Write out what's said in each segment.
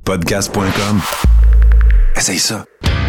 Podcast.com. Essaye ça.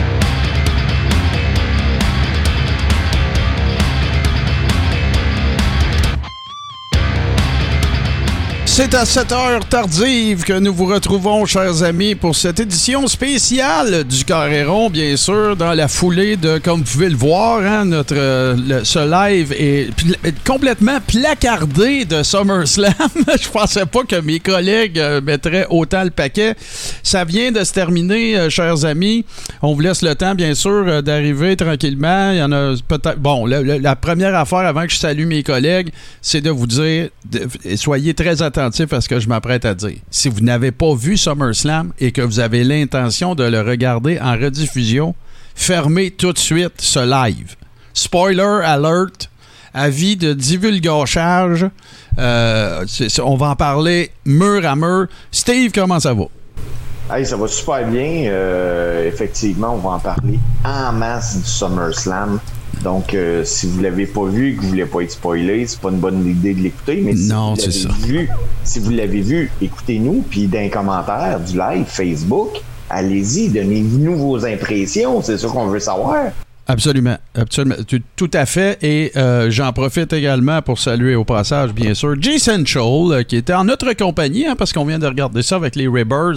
C'est à cette heure tardive que nous vous retrouvons, chers amis, pour cette édition spéciale du Carré Rond, bien sûr, dans la foulée de, comme vous pouvez le voir, hein, ce live est complètement placardé de SummerSlam. Je pensais pas que mes collègues mettraient autant le paquet. Ça vient de se terminer, chers amis. On vous laisse le temps, bien sûr, d'arriver tranquillement. Il y en a peut-être... Bon, la première affaire, avant que je salue mes collègues, c'est de vous dire, soyez très attentifs à ce que je m'apprête à dire. Si vous n'avez pas vu SummerSlam et que vous avez l'intention de le regarder en rediffusion, fermez tout de suite ce live. Spoiler alert, avis de divulgachage. On va en parler mur à mur. Steve, comment ça va? Hey, ça va super bien. Effectivement, on va en parler en masse du SummerSlam. Donc, si vous ne l'avez pas vu et que vous ne voulez pas être spoilé, c'est pas une bonne idée de l'écouter. Mais si vous l'avez vu, écoutez-nous. Puis dans les commentaires du live Facebook, allez-y, donnez-nous vos impressions. C'est ça qu'on veut savoir. Absolument, absolument. Tout à fait. Et j'en profite également pour saluer au passage, bien sûr, G-Central, qui était en notre compagnie, hein, parce qu'on vient de regarder ça avec les Ribbers,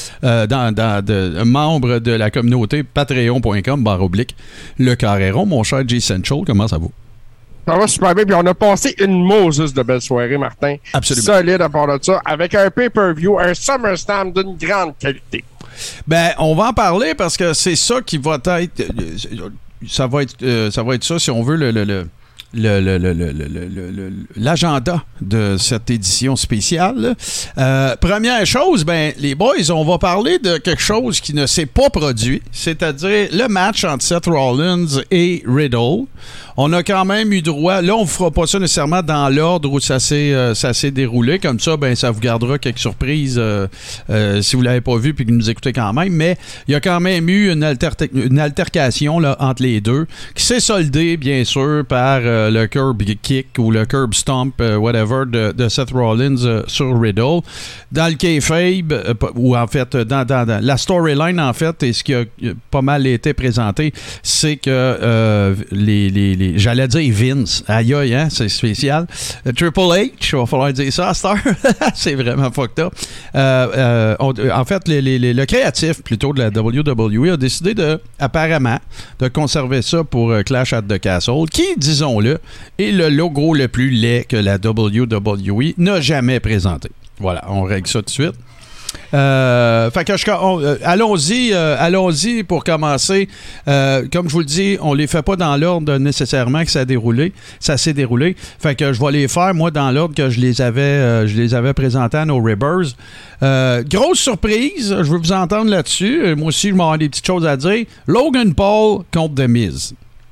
membres de la communauté patreon.com/le Carré Rond. Mon cher G-Central, comment ça va? Ça va super bien, puis on a passé une Moses de belle soirée, Martin. Absolument. Solide à part de ça, avec un pay-per-view, un SummerSlam d'une grande qualité. Ben, on va en parler parce que c'est ça qui va être... Ça va être ça, si on veut, l'agenda de cette édition spéciale. Première chose, ben les boys, on va parler de quelque chose qui ne s'est pas produit, c'est-à-dire le match entre Seth Rollins et Riddle. On a quand même eu droit, là on ne fera pas ça nécessairement dans l'ordre où ça s'est déroulé, comme ça ben ça vous gardera quelques surprises si vous ne l'avez pas vu puis que vous nous écoutez quand même, mais il y a quand même eu une altercation là, entre les deux qui s'est soldée bien sûr par le curb kick ou le curb stomp, whatever, de Seth Rollins sur Riddle. Dans le kayfabe, ou en fait, dans la storyline, en fait, et ce qui a pas mal été présenté, c'est que j'allais dire Vince, aïe aïe, hein, c'est spécial. Triple H, il va falloir dire ça à cette heure. C'est vraiment fucked up. En fait, le créatif, plutôt, de la WWE a décidé apparemment, de conserver ça pour Clash at the Castle, qui, disons-le, est le logo le plus laid que la WWE n'a jamais présenté. Voilà, on règle ça tout de suite. Fait que allons-y pour commencer. Comme je vous le dis, on les fait pas dans l'ordre nécessairement que ça s'est déroulé. Fait que je vais les faire moi dans l'ordre que je les avais présentés à nos Ribbers. Grosse surprise, je veux vous entendre là-dessus. Moi aussi, je vais avoir des petites choses à dire. Logan Paul contre The Miz.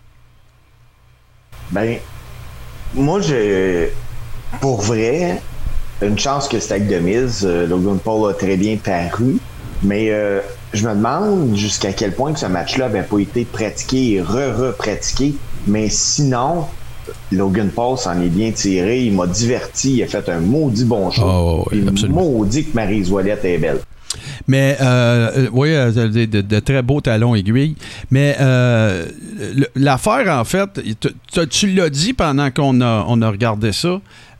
Ben, moi, pour vrai, une chance que c'était avec The Miz. Logan Paul a très bien paru, mais je me demande jusqu'à quel point que ce match-là n'avait pas été pratiqué et re-pratiqué, mais sinon, Logan Paul s'en est bien tiré, il m'a diverti, il a fait un maudit bon show. Oh, oui, maudit que Maryse Ouellette est belle. Mais, oui, de très beaux talons aiguilles. Mais l'affaire, en fait, tu l'as dit pendant qu'on a regardé ça.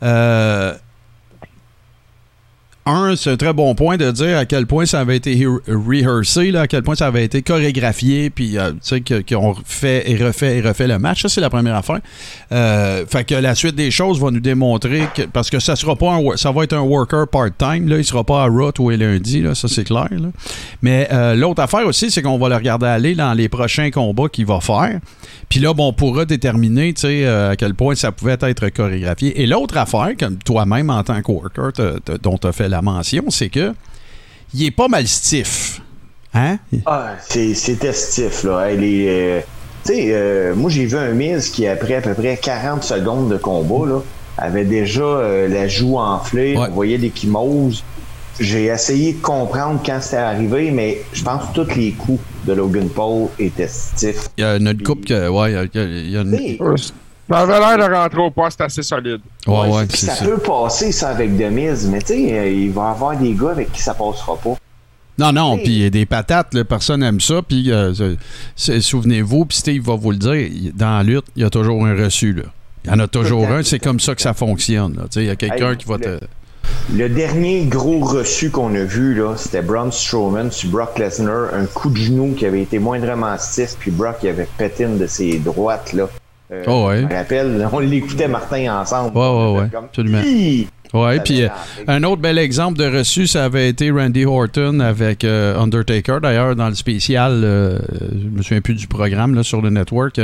C'est un très bon point de dire à quel point ça avait été rehearsé, là, à quel point ça avait été chorégraphié, puis tu sais, qu'ils ont fait et refait le match. Ça, c'est la première affaire. Fait que la suite des choses va nous démontrer que, parce que ça va être un worker part-time, là, il sera pas à Raw tous les lundis, là, ça c'est clair. Là. Mais l'autre affaire aussi, c'est qu'on va le regarder aller dans les prochains combats qu'il va faire. Puis là, bon, on pourra déterminer, tu sais, à quel point ça pouvait être chorégraphié. Et l'autre affaire, comme toi-même en tant que worker, dont tu as fait la mention, c'est que il est pas mal stiff. Hein? Ah, c'était stiff, là. Moi, j'ai vu un Miz qui, après à peu près 40 secondes de combat, là, avait déjà la joue enflée, ouais. On voyait des chymoses. J'ai essayé de comprendre quand c'était arrivé, mais je pense que tous les coups de Logan Paul étaient stiffs. Il y a une coupe que... Ouais, il y a une... Ça avait l'air de rentrer au poste assez solide. Ouais, ça peut passer, ça, avec The Miz, mais tu sais, il va y avoir des gars avec qui ça passera pas. Non, puis des patates, là, personne n'aime ça. Puis souvenez-vous, puis Steve va vous le dire, dans la lutte, il y a toujours un reçu. Là. Il y en a toujours un, c'est comme ça que ça fonctionne. Il y a quelqu'un qui va te... Le dernier gros reçu qu'on a vu, là, c'était Braun Strowman sur Brock Lesnar, un coup de genou qui avait été moindrement stiff, puis Brock il avait pété une de ses droites, là. Je me rappelle, on l'écoutait Martin ensemble. Ouais, absolument. Oui, puis un autre bel exemple de reçu, ça avait été Randy Orton avec Undertaker. D'ailleurs, dans le spécial, je me souviens plus du programme là, sur le network,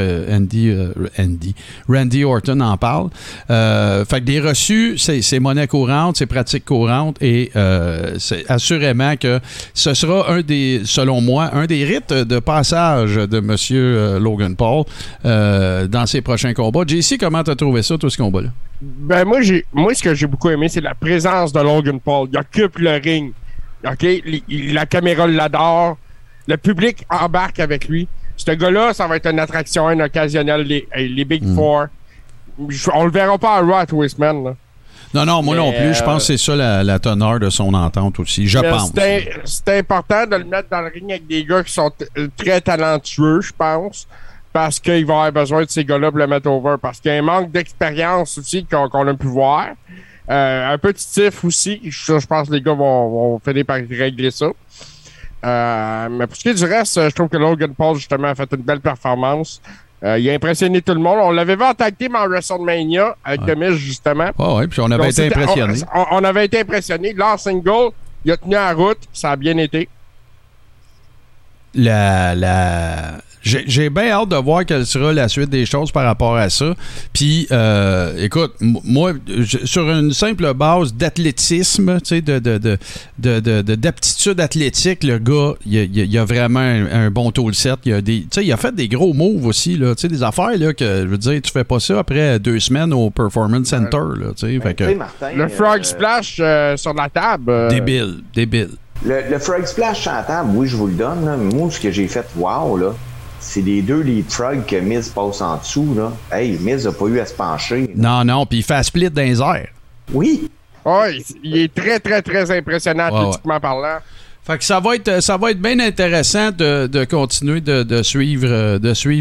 Randy Orton en parle. Fait que des reçus, c'est monnaie courante, c'est pratique courante et c'est assurément que ce sera selon moi, un des rites de passage de M. Logan Paul dans ses prochains combats. JC, comment t'as trouvé ça, toi, ce combat-là? Ben moi, ce que j'ai beaucoup aimé, c'est la présence de Logan Paul. Il occupe le ring. OK? La caméra l'adore. Le public embarque avec lui. Ce gars-là, ça va être une attraction, une occasionnelle, les Big Four. On le verra pas à Raw tous les semaines, là. Non, moi non plus. Je pense que c'est ça la teneur de son entente aussi. Je pense. C'est important de le mettre dans le ring avec des gars qui sont très talentueux, je pense. Parce qu'il va avoir besoin de ces gars-là pour le mettre over. Parce qu'il y a un manque d'expérience aussi qu'on a pu voir. Un peu de stiff aussi. Je pense que les gars vont finir par régler ça. Mais pour ce qui est du reste, je trouve que Logan Paul, justement, a fait une belle performance. Il a impressionné tout le monde. On l'avait vu en tag team en WrestleMania avec The Miz, justement. Oui, puis on avait été impressionnés. On avait été impressionnés. Là, en single, il a tenu la route. Ça a bien été. J'ai bien hâte de voir quelle sera la suite des choses par rapport à ça. Puis, écoute, moi, sur une simple base d'athlétisme, tu sais, d'aptitude athlétique, le gars, il a vraiment un bon toolset. Il a fait des gros moves aussi, là, tu sais, des affaires là que, je veux dire, tu fais pas ça après 2 semaines au Performance Center, là, tu sais. Fait que le Frog Splash sur la table. Débile. Le Frog Splash sur la table, oui, je vous le donne. Là. Moi, ce que j'ai fait, wow, là. C'est les 2 leapfrogs que Miz passe en dessous, là. Hey, Miz n'a pas eu à se pencher. Là. Non, puis il fait un split dans les airs. Oui. Oui, il est très, très, très impressionnant, athlétiquement parlant. Fait que ça va être bien intéressant de continuer de suivre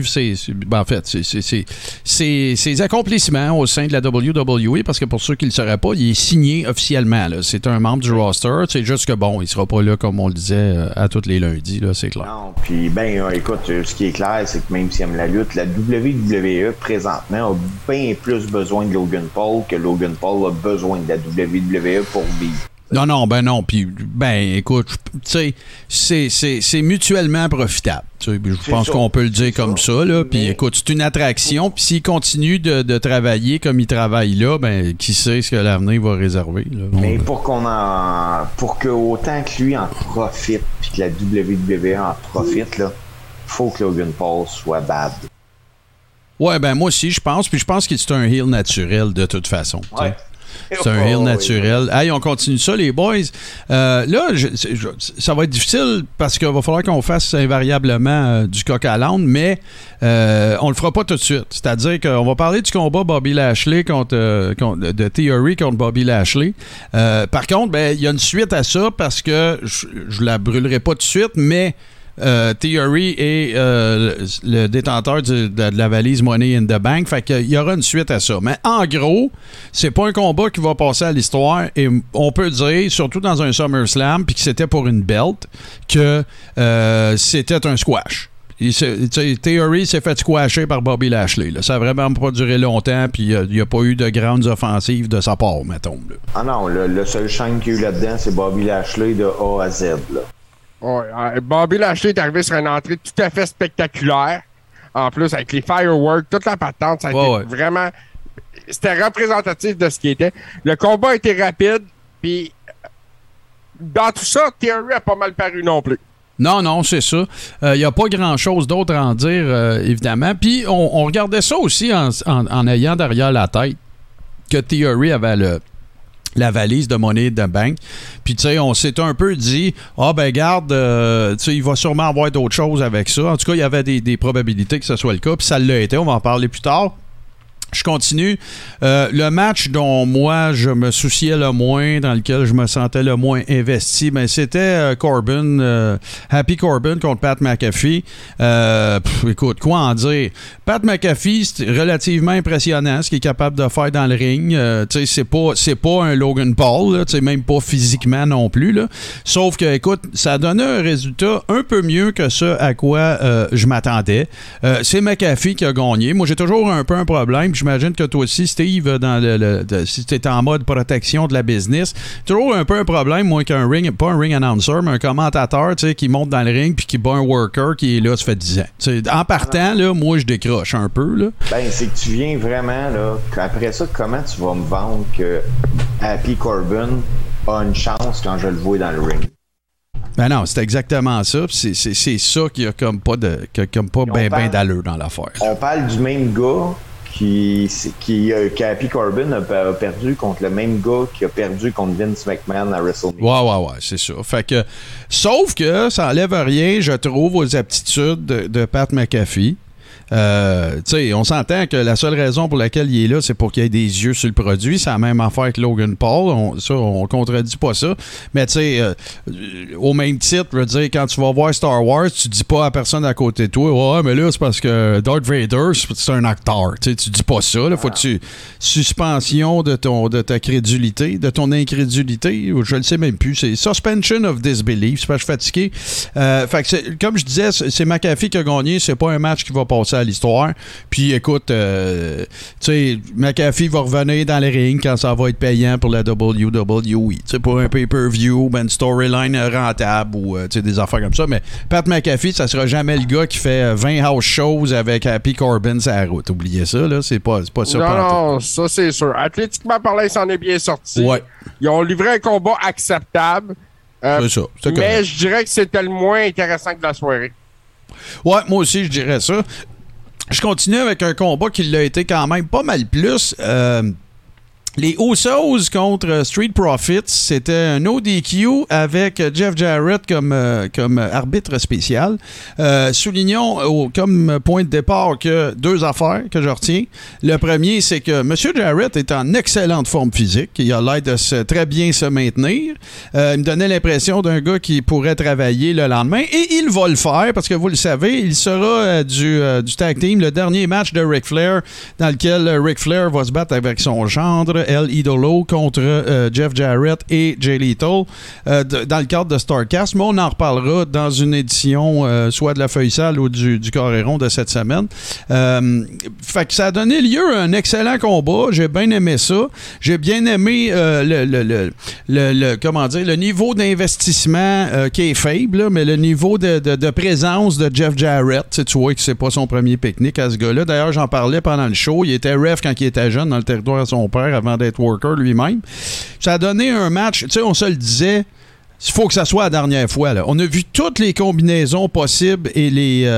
ses accomplissements au sein de la WWE, parce que pour ceux qui ne le sauraient pas, il est signé officiellement. Là. C'est un membre du roster. C'est juste que bon, il sera pas là comme on le disait à tous les lundis, là, c'est clair. Non, puis écoute, ce qui est clair, c'est que même s'il aime la lutte, la WWE présentement a bien plus besoin de Logan Paul que Logan Paul a besoin de la WWE pour vivre. Non, puis, écoute, tu sais, c'est mutuellement profitable. Je pense qu'on peut le dire comme ça, là. Puis, écoute, c'est une attraction. Puis, s'il continue de travailler comme il travaille là, qui sait ce que l'avenir va réserver, là. Mais pour que autant que lui en profite, puis que la WWE en profite, là, faut que Logan Paul soit bad. Ouais, moi aussi, je pense. Puis, je pense que c'est un heel naturel de toute façon. Ouais. C'est un heel naturel. Oui. Hey, on continue ça, les boys. Là, ça va être difficile parce qu'il va falloir qu'on fasse invariablement du coq à l'âne, mais on le fera pas tout de suite. C'est-à-dire qu'on va parler du combat Bobby Lashley de Theory contre Bobby Lashley. Par contre, il y a une suite à ça parce que je la brûlerai pas tout de suite, mais Theory est le détenteur de la valise Money in the Bank. Fait qu'il y aura une suite à ça. Mais en gros, c'est pas un combat qui va passer à l'histoire. Et on peut dire, surtout dans un SummerSlam, puis que c'était pour une belt, que c'était un squash. Theory s'est fait squasher par Bobby Lashley. Là. Ça n'a vraiment pas duré longtemps, puis il n'y a pas eu de grandes offensives de sa part, mettons. Là. Ah non, le seul shine qu'il y a eu là-dedans, c'est Bobby Lashley de A à Z. Là. Ouais, Bobby Lashley est arrivé sur une entrée tout à fait spectaculaire. En plus, avec les fireworks, toute la patente, ça a été vraiment... C'était représentatif de ce qui était. Le combat a été rapide, puis dans tout ça, Theory a pas mal paru non plus. Non, c'est ça. Il n'y a pas grand-chose d'autre à en dire, évidemment. Puis on regardait ça aussi en ayant derrière la tête que Theory avait la valise de Money in the Bank. Puis, tu sais, on s'est un peu dit, garde, tu sais, il va sûrement avoir d'autres choses avec ça. En tout cas, il y avait des probabilités que ce soit le cas, puis ça l'a été. On va en parler plus tard. Je continue. Le match dont moi je me souciais le moins, dans lequel je me sentais le moins investi, ben c'était Corbin, Happy Corbin contre Pat McAfee. Écoute, quoi en dire? Pat McAfee, c'est relativement impressionnant ce qu'il est capable de faire dans le ring. Tu sais, c'est pas un Logan Paul, là, tu sais, même pas physiquement non plus. Là. Sauf que, écoute, ça a donné un résultat un peu mieux que ce à quoi je m'attendais. C'est McAfee qui a gagné. Moi, j'ai toujours un peu un problème. J'imagine que toi aussi, Steve, si tu es en mode protection de la business, toujours un peu un problème, moi, qu'un ring, pas un ring announcer, mais un commentateur, tu sais, qui monte dans le ring puis qui bat un worker qui est là, ça fait 10 ans. T'sais, en partant, là, moi, je décroche un peu, là. Ben, c'est que tu viens vraiment, là, après ça, comment tu vas me vendre que Happy Corbin a une chance quand je le vois dans le ring? Ben non, c'est exactement ça. C'est ça qui a comme pas ben d'allure dans l'affaire. On parle du même gars qui Happy Corbin a perdu contre le même gars qui a perdu contre Vince McMahon à WrestleMania. Ouais, c'est ça. Fait que, sauf que ça enlève rien, je trouve, aux aptitudes de Pat McAfee. Tu sais, on s'entend que la seule raison pour laquelle il est là, c'est pour qu'il y ait des yeux sur le produit. C'est la même affaire que Logan Paul. On contredit pas ça. Mais tu sais, au même titre, je veux dire, quand tu vas voir Star Wars, tu dis pas à personne à côté de toi, ouais, mais là, c'est parce que Darth Vader, c'est un acteur. Tu dis pas ça. Là, faut que tu suspension de ta crédulité, de ton incrédulité. Je le sais même plus. C'est suspension of disbelief. C'est pas, je suis fatigué. Fait que comme je disais, c'est McAfee qui a gagné. C'est pas un match qui va passer à l'histoire. Puis écoute, tu sais, McAfee va revenir dans le ring quand ça va être payant pour la WWE. Tu sais, pour un pay-per-view, ben, une storyline rentable ou des affaires comme ça. Mais Pat McAfee, ça sera jamais le gars qui fait 20 house shows avec Happy Corbin sur la route. Oubliez ça, là. C'est pas ça. Non, ça c'est sûr. Athlétiquement parlant, il s'en est bien sorti. Ouais. Ils ont livré un combat acceptable. C'est ça. C'est correct. Mais je dirais que c'était le moins intéressant que la soirée. Ouais, moi aussi, je dirais ça. Je continue avec un combat qui l'a été quand même pas mal plus. Les Usos contre Street Profits, c'était un ODQ avec Jeff Jarrett comme arbitre spécial. Soulignons comme point de départ que deux affaires que je retiens. Le premier, c'est que M. Jarrett est en excellente forme physique. Il a l'air de très bien se maintenir. Il me donnait l'impression d'un gars qui pourrait travailler le lendemain. Et il va le faire, parce que vous le savez, il sera du tag team, le dernier match de Ric Flair, dans lequel Ric Flair va se battre avec son gendre, El Idolo, contre Jeff Jarrett et Jay Lethal dans le cadre de Starrcast, mais on en reparlera dans une édition soit de la Feuille Sale ou du Coréron de cette semaine. Fait que ça a donné lieu à un excellent combat. J'ai bien aimé ça. J'ai bien aimé le niveau d'investissement qui est faible, mais le niveau de présence de Jeff Jarrett. Tu vois que c'est pas son premier pique-nique à ce gars-là. D'ailleurs, j'en parlais pendant le show. Il était ref quand il était jeune dans le territoire de son père avant d'être worker lui-même. Ça a donné un match, tu sais, on se le disait, il faut que ça soit la dernière fois. Là. On a vu toutes les combinaisons possibles et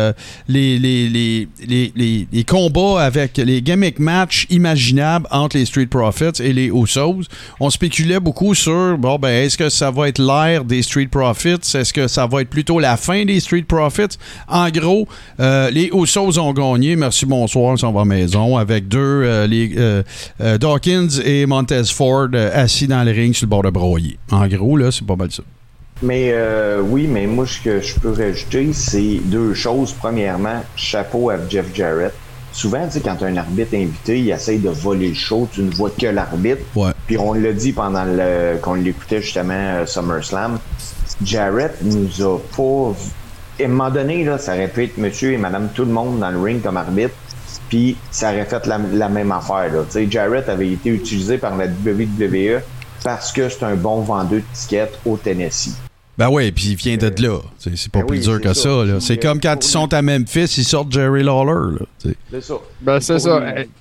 les combats avec les gimmick matchs imaginables entre les Street Profits et les Usos. On spéculait beaucoup sur, est-ce que ça va être l'ère des Street Profits? Est-ce que ça va être plutôt la fin des Street Profits? En gros, les Usos ont gagné. Merci, bonsoir, ils s'en vont à la maison avec Dawkins et Montez Ford assis dans le ring sur le bord de broyer. En gros, là, c'est pas mal ça. Mais oui, mais moi, ce que je peux rajouter, c'est deux choses. Premièrement, chapeau à Jeff Jarrett. Souvent, tu sais, quand tu as un arbitre invité, il essaye de voler le show, tu ne vois que l'arbitre. Ouais. Puis on l'a dit pendant qu'on l'écoutait justement SummerSlam, Jarrett nous a pas... À un moment donné, là, ça aurait pu être monsieur et madame tout le monde dans le ring comme arbitre, puis ça aurait fait la même affaire. Tu sais, Jarrett avait été utilisé par la WWE parce que c'est un bon vendeur de tickets au Tennessee. Ben oui, puis il vient de là. C'est pas plus dur que ça. Là. C'est comme quand ils sont à Memphis, ils sortent Jerry Lawler. Là, c'est ça. Ben c'est ça.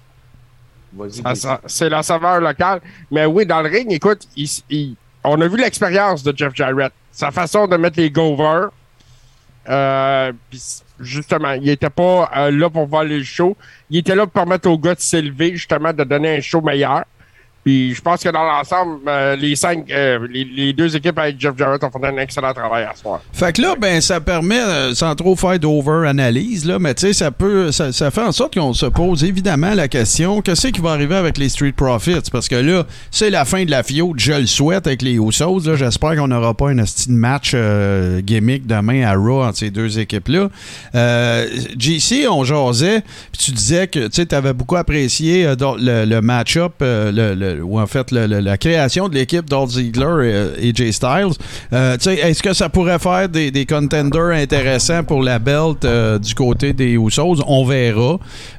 C'est la saveur locale. Mais oui, dans le ring, écoute, on a vu l'expérience de Jeff Jarrett. Sa façon de mettre les go-over. Puis justement, il était pas là pour voler le show. Il était là pour permettre aux gars de s'élever, justement, de donner un show meilleur. Puis je pense que dans l'ensemble, les deux équipes avec Jeff Jarrett ont fait un excellent travail à ce soir. Fait que là, ben ça permet, sans trop faire d'over-analyse, là, mais tu sais, ça fait en sorte qu'on se pose évidemment la question, qu'est-ce qui va arriver avec les Street Profits? Parce que là, c'est la fin de la fiode, je le souhaite, avec les Usos. Là, j'espère qu'on n'aura pas un esti de match gimmick demain à Raw entre ces deux équipes-là. JC, on jasait, puis tu disais que tu avais beaucoup apprécié le match-up, ou en fait la création de l'équipe Dolph Ziggler et Jay Styles. Est-ce que ça pourrait faire des contenders intéressants pour la belt du côté des Usos? On verra.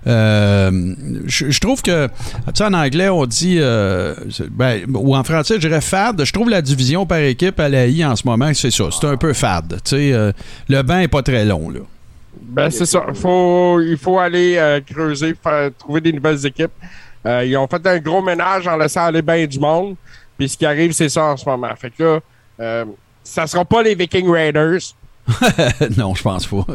Je trouve que, en anglais, on dit, ou en français, je dirais fade. Je trouve la division par équipe à l'AI en ce moment, c'est ça. C'est un peu fade. Le banc n'est pas très long, là. Ben, c'est ça. Il faut aller creuser, trouver des nouvelles équipes. Ils ont fait un gros ménage en laissant aller bien du monde. Puis ce qui arrive, c'est ça en ce moment. Fait que là, ça sera pas les Viking Raiders. Non, je pense pas.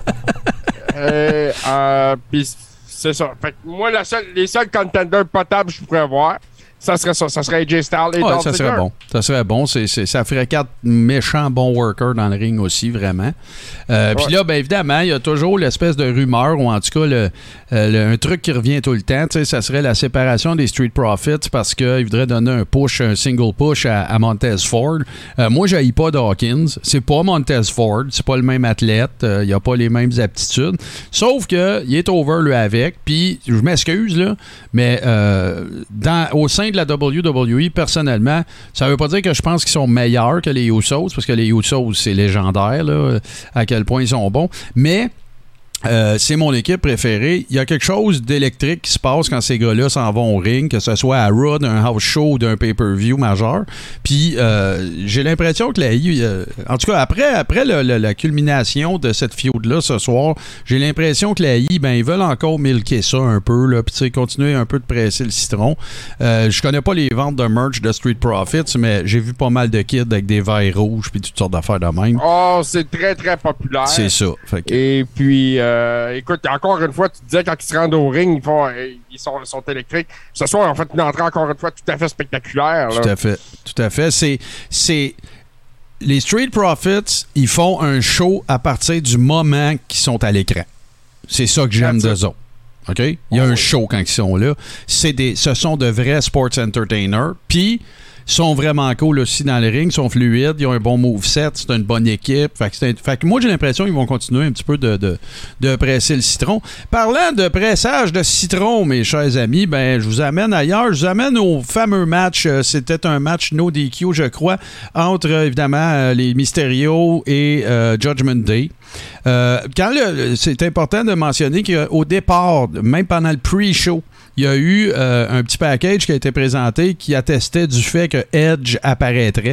Puis c'est ça. Fait que moi, les seuls contenders potables que je pourrais voir, ça serait ça. Ça serait AJ Styles et Dolph Ziggler. Ça serait bon. Ça serait bon. Ça ferait 4 méchants bons workers dans le ring aussi, vraiment. Puis là, bien évidemment, il y a toujours l'espèce de rumeur, ou en tout cas, un truc qui revient tout le temps. Ça serait la séparation des Street Profits parce qu'ils voudraient donner un single push à Montez Ford. Moi, je n'haïs pas Dawkins. C'est pas Montez Ford. C'est pas le même athlète. Il n'a pas les mêmes aptitudes. Sauf qu'il est over, lui, avec. Puis, je m'excuse, là, mais au sein de la WWE, personnellement, ça veut pas dire que je pense qu'ils sont meilleurs que les Usos, parce que les Usos, c'est légendaire, là, à quel point ils sont bons. Mais c'est mon équipe préférée. Il y a quelque chose d'électrique qui se passe quand ces gars-là s'en vont au ring, que ce soit à Raw, d'un house show ou d'un pay-per-view majeur. Puis j'ai l'impression que en tout cas, après la culmination de cette feud-là ce soir, j'ai l'impression que la I, ils veulent encore milquer ça un peu, là, puis continuer un peu de presser le citron. Je connais pas les ventes de merch de Street Profits, mais j'ai vu pas mal de kids avec des verres rouges puis toutes sortes d'affaires de même. Oh, c'est très, très populaire. C'est ça. Et puis... écoute, encore une fois, tu disais quand ils se rendent au ring, ils sont électriques. Ce soir, ils ont fait une entrée encore une fois tout à fait spectaculaire. Là. Tout à fait. C'est les Street Profits, ils font un show à partir du moment qu'ils sont à l'écran. C'est ça que j'aime d'eux autres. OK? Il y a un show quand ils sont là. Ce sont de vrais sports entertainers. Puis, ils sont vraiment cool aussi dans le ring, ils sont fluides, ils ont un bon moveset, c'est une bonne équipe. Fait que moi, j'ai l'impression qu'ils vont continuer un petit peu de presser le citron. Parlant de pressage de citron, mes chers amis, je vous amène ailleurs. Je vous amène au fameux match. C'était un match no DQ, je crois, entre, évidemment, les Mysterio et Judgment Day. C'est important de mentionner qu'au départ, même pendant le pre-show, il y a eu un petit package qui a été présenté qui attestait du fait que Edge apparaîtrait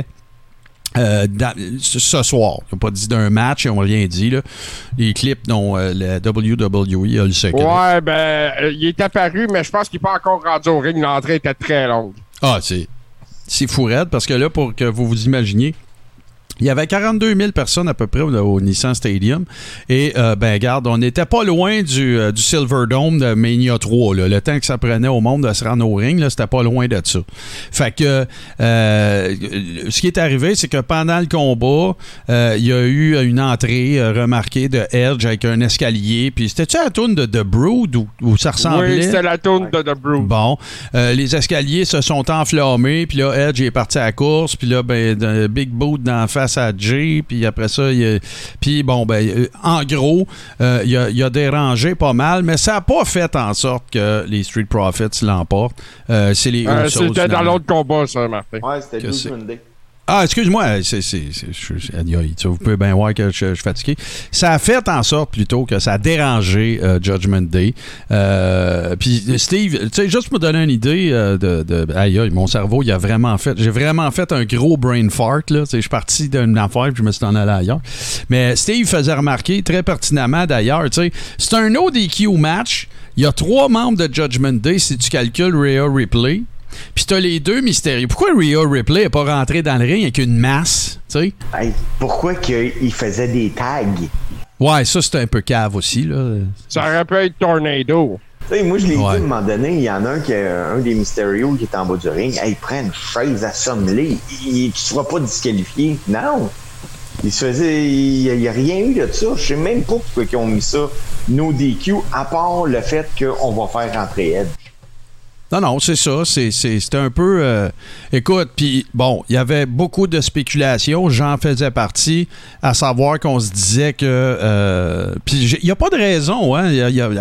ce soir. Ils n'ont pas dit d'un match, ils n'ont rien dit. Là. Les clips dont la WWE a le secret. Ouais, il est apparu, mais je pense qu'il n'est pas encore rendu au ring. L'entrée était très longue. Ah, c'est fou raide, parce que là, pour que vous vous imaginiez, il y avait 42 000 personnes à peu près au Nissan Stadium. Et, regarde, on n'était pas loin du Silverdome de Mania 3. Là. Le temps que ça prenait au monde de se rendre au ring, là, c'était pas loin de ça. Fait que, ce qui est arrivé, c'est que pendant le combat, il y a eu une entrée remarquée de Edge avec un escalier. Puis, c'était-tu la toune de The Brood où ça ressemblait? Oui, c'était la toune de The Brood. Bon. Les escaliers se sont enflammés. Puis là, Edge est parti à la course. Puis là, Big Boot d'en face à Jay, puis après ça, en gros, il a dérangé pas mal, mais ça n'a pas fait en sorte que les Street Profits l'emportent. C'est les Usos. C'était dans l'autre combat, ça, Martin. Ouais, c'était Judgment Day. Ah, excuse-moi, vous pouvez bien voir que je suis fatigué. Ça a fait en sorte plutôt que ça a dérangé Judgment Day. Puis Steve, tu sais, juste pour me donner une idée aïe, mon cerveau, j'ai vraiment fait un gros brain fart, là. Je suis parti d'une affaire puis je me suis en allé ailleurs. Mais Steve faisait remarquer très pertinemment d'ailleurs, tu sais, c'est un ODQ match. Il y a 3 membres de Judgment Day si tu calcules Rhea Ripley. Puis t'as les deux mystérieux. Pourquoi Rhea Ripley n'est pas rentré dans le ring avec une masse, tu sais? Hey, pourquoi qu'il faisait des tags? Ouais, ça, c'était un peu cave aussi, là. Ça aurait pu être Tornado. Tu sais, moi, je l'ai dit à un moment donné, il y en a un des Mysterio qui est en bas du ring. Hey, prends une chaise, assomme-les. Tu ne seras pas disqualifié. Non. Il n'y a rien eu de ça. Je sais même pas pourquoi ils ont mis ça, no DQ, à part le fait qu'on va faire rentrer Edge. Non, c'est ça. C'était un peu... écoute, puis bon, il y avait beaucoup de spéculations. J'en faisais partie, à savoir qu'on se disait que... puis il n'y a pas de raison, hein.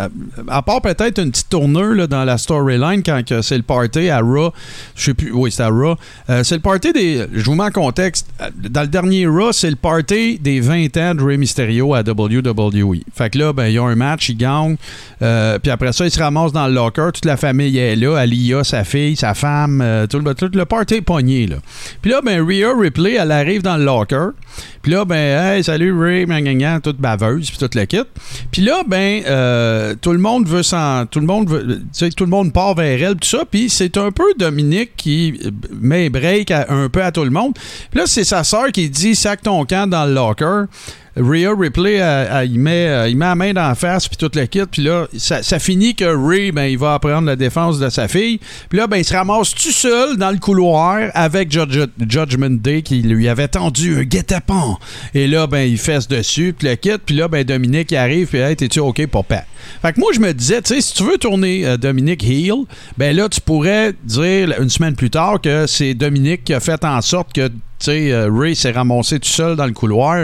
À part peut-être une petite tournure là, dans la storyline quand c'est le party à Raw. Je sais plus... Oui, c'est à Raw. C'est le party des... Je vous mets en contexte. Dans le dernier Raw, c'est le party des 20 ans de Rey Mysterio à WWE. Fait que là, ben, ils ont un match, ils gagnent. Puis après ça, ils se ramassent dans le locker. Toute la famille est là. Aliyah, sa fille, sa femme, tout le party est pogné, là. Puis là, ben, Rhea Ripley, elle arrive dans le locker. Puis là, ben, hey, salut Ray, toute baveuse, puis toute le kit. Puis là, ben, tout le monde veut tout le monde part vers elle, tout ça. Puis c'est un peu Dominique qui met break un peu à tout le monde. Puis là, c'est sa sœur qui dit, sac ton camp dans le locker. Rhea Ripley, il met la main dans la face, puis tout le kit, puis là, ça finit que Ray, ben, il va apprendre la défense de sa fille. Puis là, ben, il se ramasse tout seul dans le couloir avec Judgment Day qui lui avait tendu un guet-apens. Et là, ben, il fesse dessus, puis le kit, puis là, ben, Dominique, il arrive, puis hey, t'es-tu OK, papa? Fait que moi, je me disais, tu sais, si tu veux tourner Dominique heel, ben là, tu pourrais dire une semaine plus tard que c'est Dominique qui a fait en sorte que, tu sais, Ray s'est ramassé tout seul dans le couloir,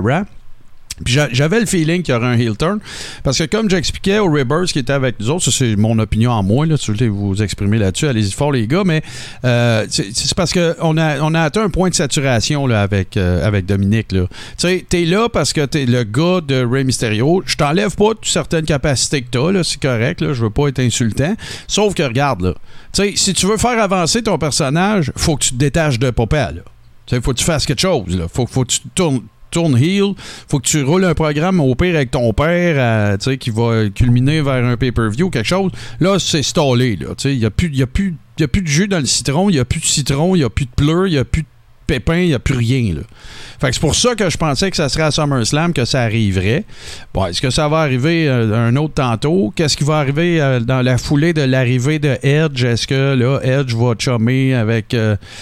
Puis j'avais le feeling qu'il y aurait un heel turn. Parce que comme j'expliquais aux Ribbers qui étaient avec nous autres, ça c'est mon opinion en moi, là, si vous voulez vous exprimer là-dessus, allez-y fort les gars, mais c'est parce qu'on a atteint un point de saturation là, avec Dominique. Tu sais, t'es là parce que t'es le gars de Rey Mysterio. Je t'enlève pas toutes certaines capacités que t'as, là, c'est correct, là, je veux pas être insultant. Sauf que regarde, là, tu sais, si tu veux faire avancer ton personnage, faut que tu te détaches de Papa, là. Tu sais, faut que tu fasses quelque chose, là. Faut que tu tourne heel, faut que tu roules un programme au pire avec ton père qui va culminer vers un pay-per-view ou quelque chose. Là, c'est stallé. Il n'y a plus de jus dans le citron, il n'y a plus de citron, il n'y a plus de pleurs, il n'y a plus de pépins, il n'y a plus rien. Là. Fait que c'est pour ça que je pensais que ça serait à SummerSlam que ça arriverait. Bon, est-ce que ça va arriver un autre tantôt? Qu'est-ce qui va arriver dans la foulée de l'arrivée de Edge? Est-ce que là, Edge va chummer avec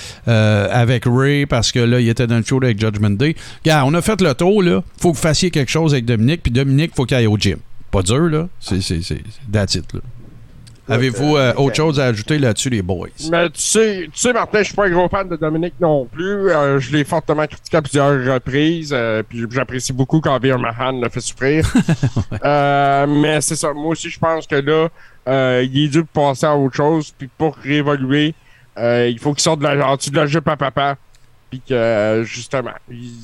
Ray parce que là, il était dans le show avec Judgment Day? Regarde, on a fait le tour, là. Faut que vous fassiez quelque chose avec Dominique, puis Dominique, faut qu'il aille au gym. Pas dur, là. C'est that's it, là. Avez-vous autre chose à ajouter là-dessus, les boys? Mais tu sais, Martin, je suis pas un gros fan de Dominique non plus. Je l'ai fortement critiqué à plusieurs reprises. Puis j'apprécie beaucoup quand Veer Mahan le fait souffrir. Ouais. Mais c'est ça. Moi aussi, je pense que là, il est dû passer à autre chose. Puis pour réévoluer, il faut qu'il sorte en dessous de la jupe à papa. Puis que, justement,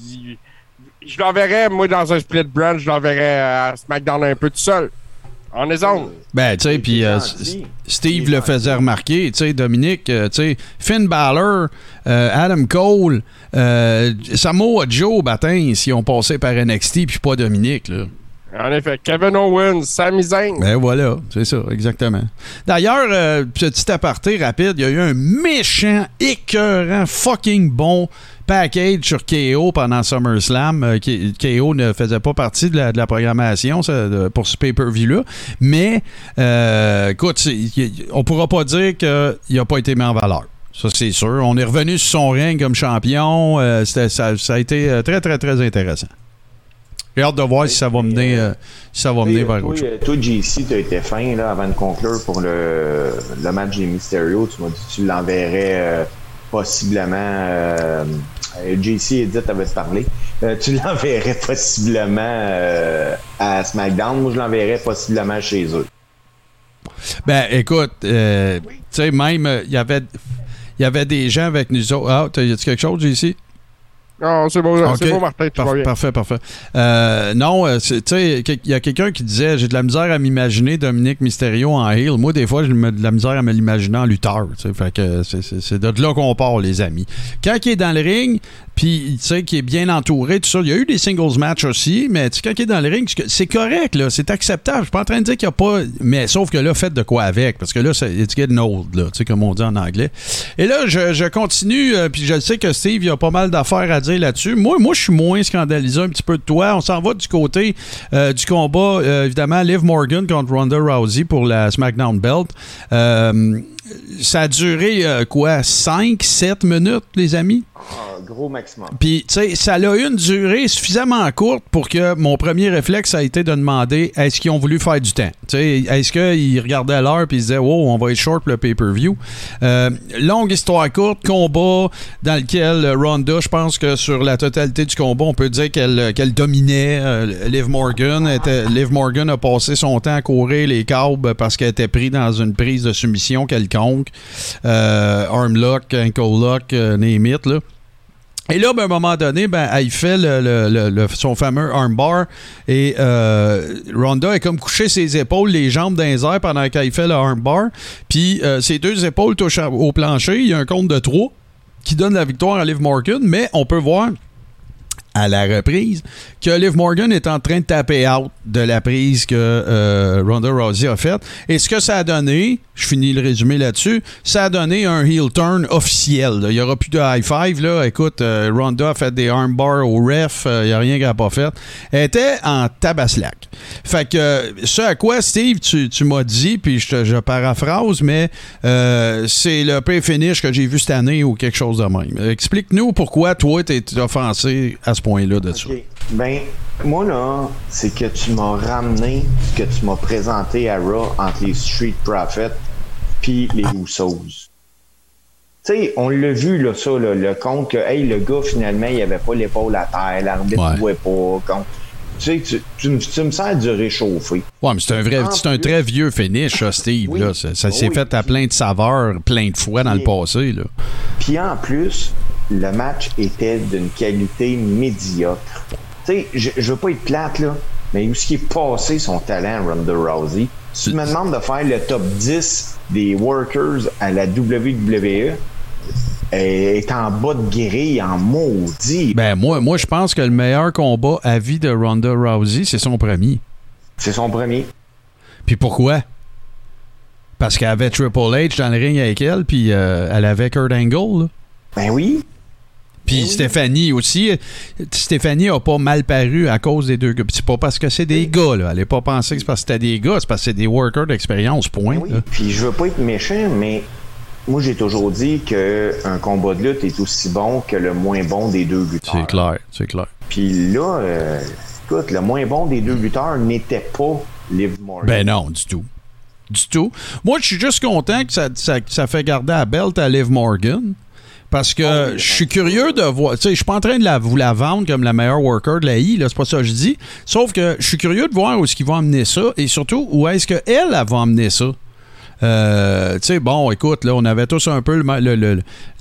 je l'enverrais, moi, dans un split brand, je l'enverrais à SmackDown un peu tout seul. En exemple. Ben, tu sais, puis Steve le faisait remarquer, tu sais, Dominique, tu sais, Finn Balor, Adam Cole, Samoa Joe, s'ils ont passé par NXT, puis pas Dominique, là. En effet, Kevin Owens, Sami Zayn. Ben voilà, c'est ça, exactement. D'ailleurs, petit aparté rapide, il y a eu un méchant, écœurant, fucking bon package sur KO pendant SummerSlam. KO ne faisait pas partie de la programmation pour ce pay-per-view-là. Mais, écoute, on pourra pas dire qu'il n'a pas été mis en valeur. Ça, c'est sûr. On est revenu sur son règne comme champion. Ça a été très, très, très intéressant. J'ai hâte de voir si ça va mener, vers autre chose. Toi, JC, tu as été fin là, avant de conclure pour le match des Mysterio. Tu m'as dit que tu l'enverrais possiblement. JC et Edith avaient parlé. Tu l'enverrais possiblement à SmackDown. Moi, je l'enverrais possiblement chez eux. Ben, écoute, tu sais, même, il y avait des gens avec nous autres. Ah, y a-tu quelque chose, JC? Non, c'est bon, okay. C'est bon, Martin, tu vas bien. Parfait. Non, tu sais, il y a quelqu'un qui disait, j'ai de la misère à m'imaginer Dominique Mysterio en heel. Moi, des fois, j'ai de la misère à me l'imaginer en lutteur. Fait que c'est de là qu'on part, les amis. Quand il est dans le ring, puis, tu sais, qui est bien entouré, tout ça. Il y a eu des singles matchs aussi, mais quand il est dans le ring, c'est correct, là. C'est acceptable. Je suis pas en train de dire qu'il n'y a pas... Mais sauf que là, faites de quoi avec. Parce que là, it's getting old, là. Tu sais, comme on dit en anglais. Et là, je continue, puis je sais que Steve, il a pas mal d'affaires à dire dire là-dessus. Moi, je suis moins scandalisé un petit peu de toi. On s'en va du côté du combat, évidemment, Liv Morgan contre Ronda Rousey pour la SmackDown Belt. Ça a duré, 5-7 minutes, les amis? Gros maximum. Puis, tu sais, ça a eu une durée suffisamment courte pour que mon premier réflexe a été de demander est-ce qu'ils ont voulu faire du temps? Tu sais, est-ce qu'ils regardaient l'heure et ils se disaient oh, on va être short pour le pay-per-view? Longue histoire courte, combat dans lequel Ronda, je pense que sur la totalité du combat, on peut dire qu'elle dominait Liv Morgan. Liv Morgan a passé son temps à courir les câbles parce qu'elle était prise dans une prise de soumission quelconque. Arm lock, ankle lock, name it, là. Et là, ben, à un moment donné, ben, elle fait son fameux armbar et Ronda est comme couché ses épaules, les jambes dans les airs pendant qu'elle fait le armbar. Puis ses deux épaules touchent au plancher. Il y a un compte de 3 qui donne la victoire à Liv Morgan, mais on peut voir à la reprise que Liv Morgan est en train de taper out de la prise que Ronda Rousey a faite. Et ce que ça a donné, je finis le résumé là-dessus, ça a donné un heel turn officiel. Là. Il n'y aura plus de high five. Là. Écoute, Ronda a fait des armbars au ref, il n'y a rien qu'elle n'a pas fait. Elle était en tabaslac. Fait que ce à quoi, Steve, tu m'as dit, puis je paraphrase, mais c'est le pré-finish que j'ai vu cette année ou quelque chose de même. Explique-nous pourquoi toi, t'es offensé à ce point-là de ça. Ben, moi, là, c'est que tu m'as ramené ce que tu m'as présenté à Raw entre les Street Profits puis les Usos. Tu sais, on l'a vu, là, ça, là, le compte que, hey, le gars, finalement, il avait pas l'épaule à terre, l'arbitre ne jouait pas. Tu sais, tu me sers du réchauffé. Ouais, mais c'est un très vieux finish, ça, Steve. Oui, là. Ça s'est fait à plein de saveurs, plein de fois dans le passé. Là. Puis en plus, le match était d'une qualité médiocre. Tu sais, je veux pas être plate, là, mais où est-ce qu'il est passé son talent, Ronda Rousey? Si tu me demandes de faire le top 10 des workers à la WWE, est en bas de grille, en maudit. Ben, moi je pense que le meilleur combat à vie de Ronda Rousey, c'est son premier. C'est son premier. Puis pourquoi? Parce qu'elle avait Triple H dans le ring avec elle, puis elle avait Kurt Angle, là. Ben oui. Puis Stéphanie aussi. Stéphanie n'a pas mal paru à cause des deux gars. C'est pas parce que c'est des gars, là. Elle n'est pas pensée que c'est parce que c'était des gars, c'est parce que c'est des workers d'expérience, point. Oui. Puis je veux pas être méchant, mais moi j'ai toujours dit qu'un combat de lutte est aussi bon que le moins bon des deux lutteurs. C'est clair. Puis là, écoute, le moins bon des deux lutteurs n'était pas Liv Morgan. Ben non, du tout. Moi, je suis juste content que ça fait garder la belt à Liv Morgan. Parce que je suis curieux de voir. Tu sais, je suis pas en train de vous la vendre comme la meilleure worker de la I, là, c'est pas ça que je dis. Sauf que je suis curieux de voir où est-ce qu'ils vont emmener ça et surtout où est-ce qu'elle va emmener ça. Tu sais, bon, écoute, là, on avait tous un peu le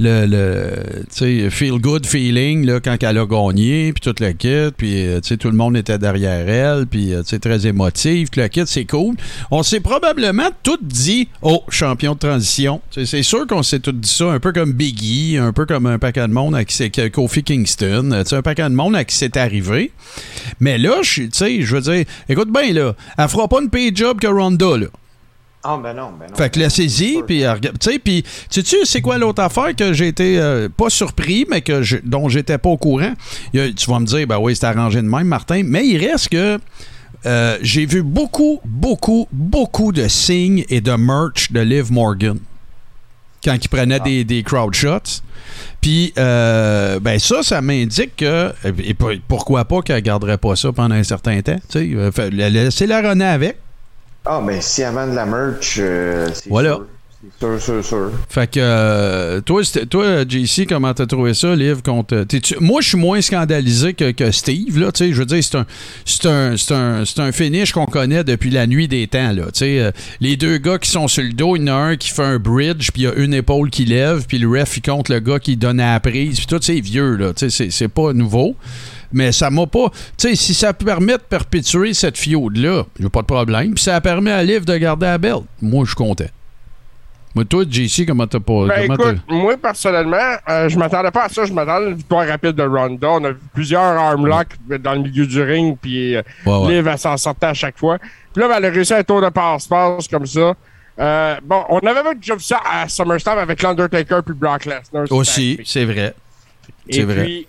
feel good feeling là, quand elle a gagné, puis toute la kit, puis tu sais, tout le monde était derrière elle, puis tu sais, très émotif, que la kit, c'est cool. On s'est probablement tout dit, oh, champion de transition. T'sais, c'est sûr qu'on s'est tout dit ça, un peu comme Biggie, un peu comme un paquet de monde à qui c'est Kofi Kingston, tu sais, un paquet de monde à qui c'est arrivé. Mais là, tu sais, je veux dire, écoute bien, là, elle fera pas une pay job que Ronda, là. Ah, ben non. Fait que laissez-y, puis tu sais, puis tu sais, c'est quoi l'autre affaire que j'ai été pas surpris, mais dont j'étais pas au courant? Tu vas me dire, ben oui, c'est arrangé de même, Martin, mais il reste que j'ai vu beaucoup de signes et de merch de Liv Morgan quand il prenait des crowd shots. Puis, ben ça m'indique que, et pourquoi pas qu'elle garderait pas ça pendant un certain temps, tu sais, laissez la runner avec. Ah, ben si elle vend de la merch, c'est voilà. sûr. Fait que, toi, JC, comment t'as trouvé ça, Liv? Moi, je suis moins scandalisé que Steve, là, tu sais, je veux dire, c'est un finish qu'on connaît depuis la nuit des temps, là, tu sais, les deux gars qui sont sur le dos, il y en a un qui fait un bridge, puis il y a une épaule qui lève, puis le ref, il compte le gars qui donne à la prise, puis tout, c'est vieux, là, tu sais, c'est pas nouveau. Mais ça m'a pas... Tu sais, si ça permet de perpétuer cette fiode-là, j'ai pas de problème. Puis ça permet à Liv de garder la belt. Moi, je suis content. Mais toi, JC, comment t'as pas... Ben écoute, moi, personnellement, je m'attendais pas à ça. Je m'attendais à une victoire rapide de Ronda. On a vu plusieurs armlocks dans le milieu du ring, puis Liv, elle s'en sortait à chaque fois. Puis là, ben, elle a réussi un tour de passe-passe comme ça. Bon, on avait déjà vu ça à SummerSlam avec l'Undertaker puis Brock Lesnar. Aussi, c'est vrai. C'est vrai. Puis,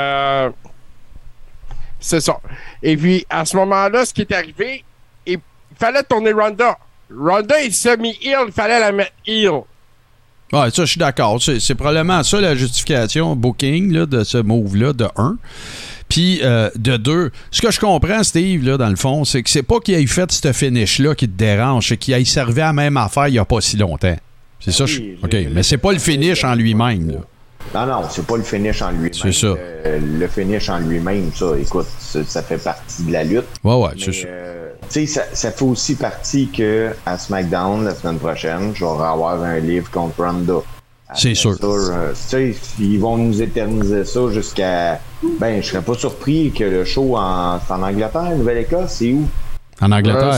c'est ça. Et puis, à ce moment-là, ce qui est arrivé, il fallait tourner Ronda. Ronda est semi-heel, il fallait la mettre heel. Ouais, ça, je suis d'accord. C'est probablement ça la justification booking là, de ce move-là, de 1. Puis, de 2, ce que je comprends, Steve, là, dans le fond, c'est que c'est pas qu'il ait fait ce finish-là qui te dérange, c'est qu'il ait servi à la même affaire il n'y a pas si longtemps. C'est ça? OK, mais c'est pas le finish en lui-même, là. Non, c'est pas le finish en lui-même. C'est ça. Le finish en lui-même, ça, écoute, ça fait partie de la lutte. Ouais, c'est ça. Tu sais, ça fait aussi partie que à SmackDown, la semaine prochaine, je vais avoir un livre contre Ronda. C'est sûr. Tu sais, ils vont nous éterniser ça jusqu'à... Ben, je serais pas surpris que le show c'est en Angleterre, Nouvelle-Écosse, c'est où? En Angleterre.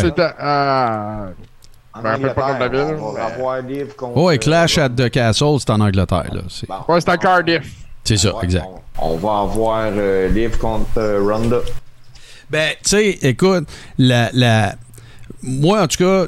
En Angleterre, on va avoir livre contre... Ouais, Clash at the Castle, c'est en Angleterre, là. Ouais, c'est à Cardiff. C'est ça, exact. On va avoir livre contre Ronda. Ben, tu sais, écoute, moi, en tout cas,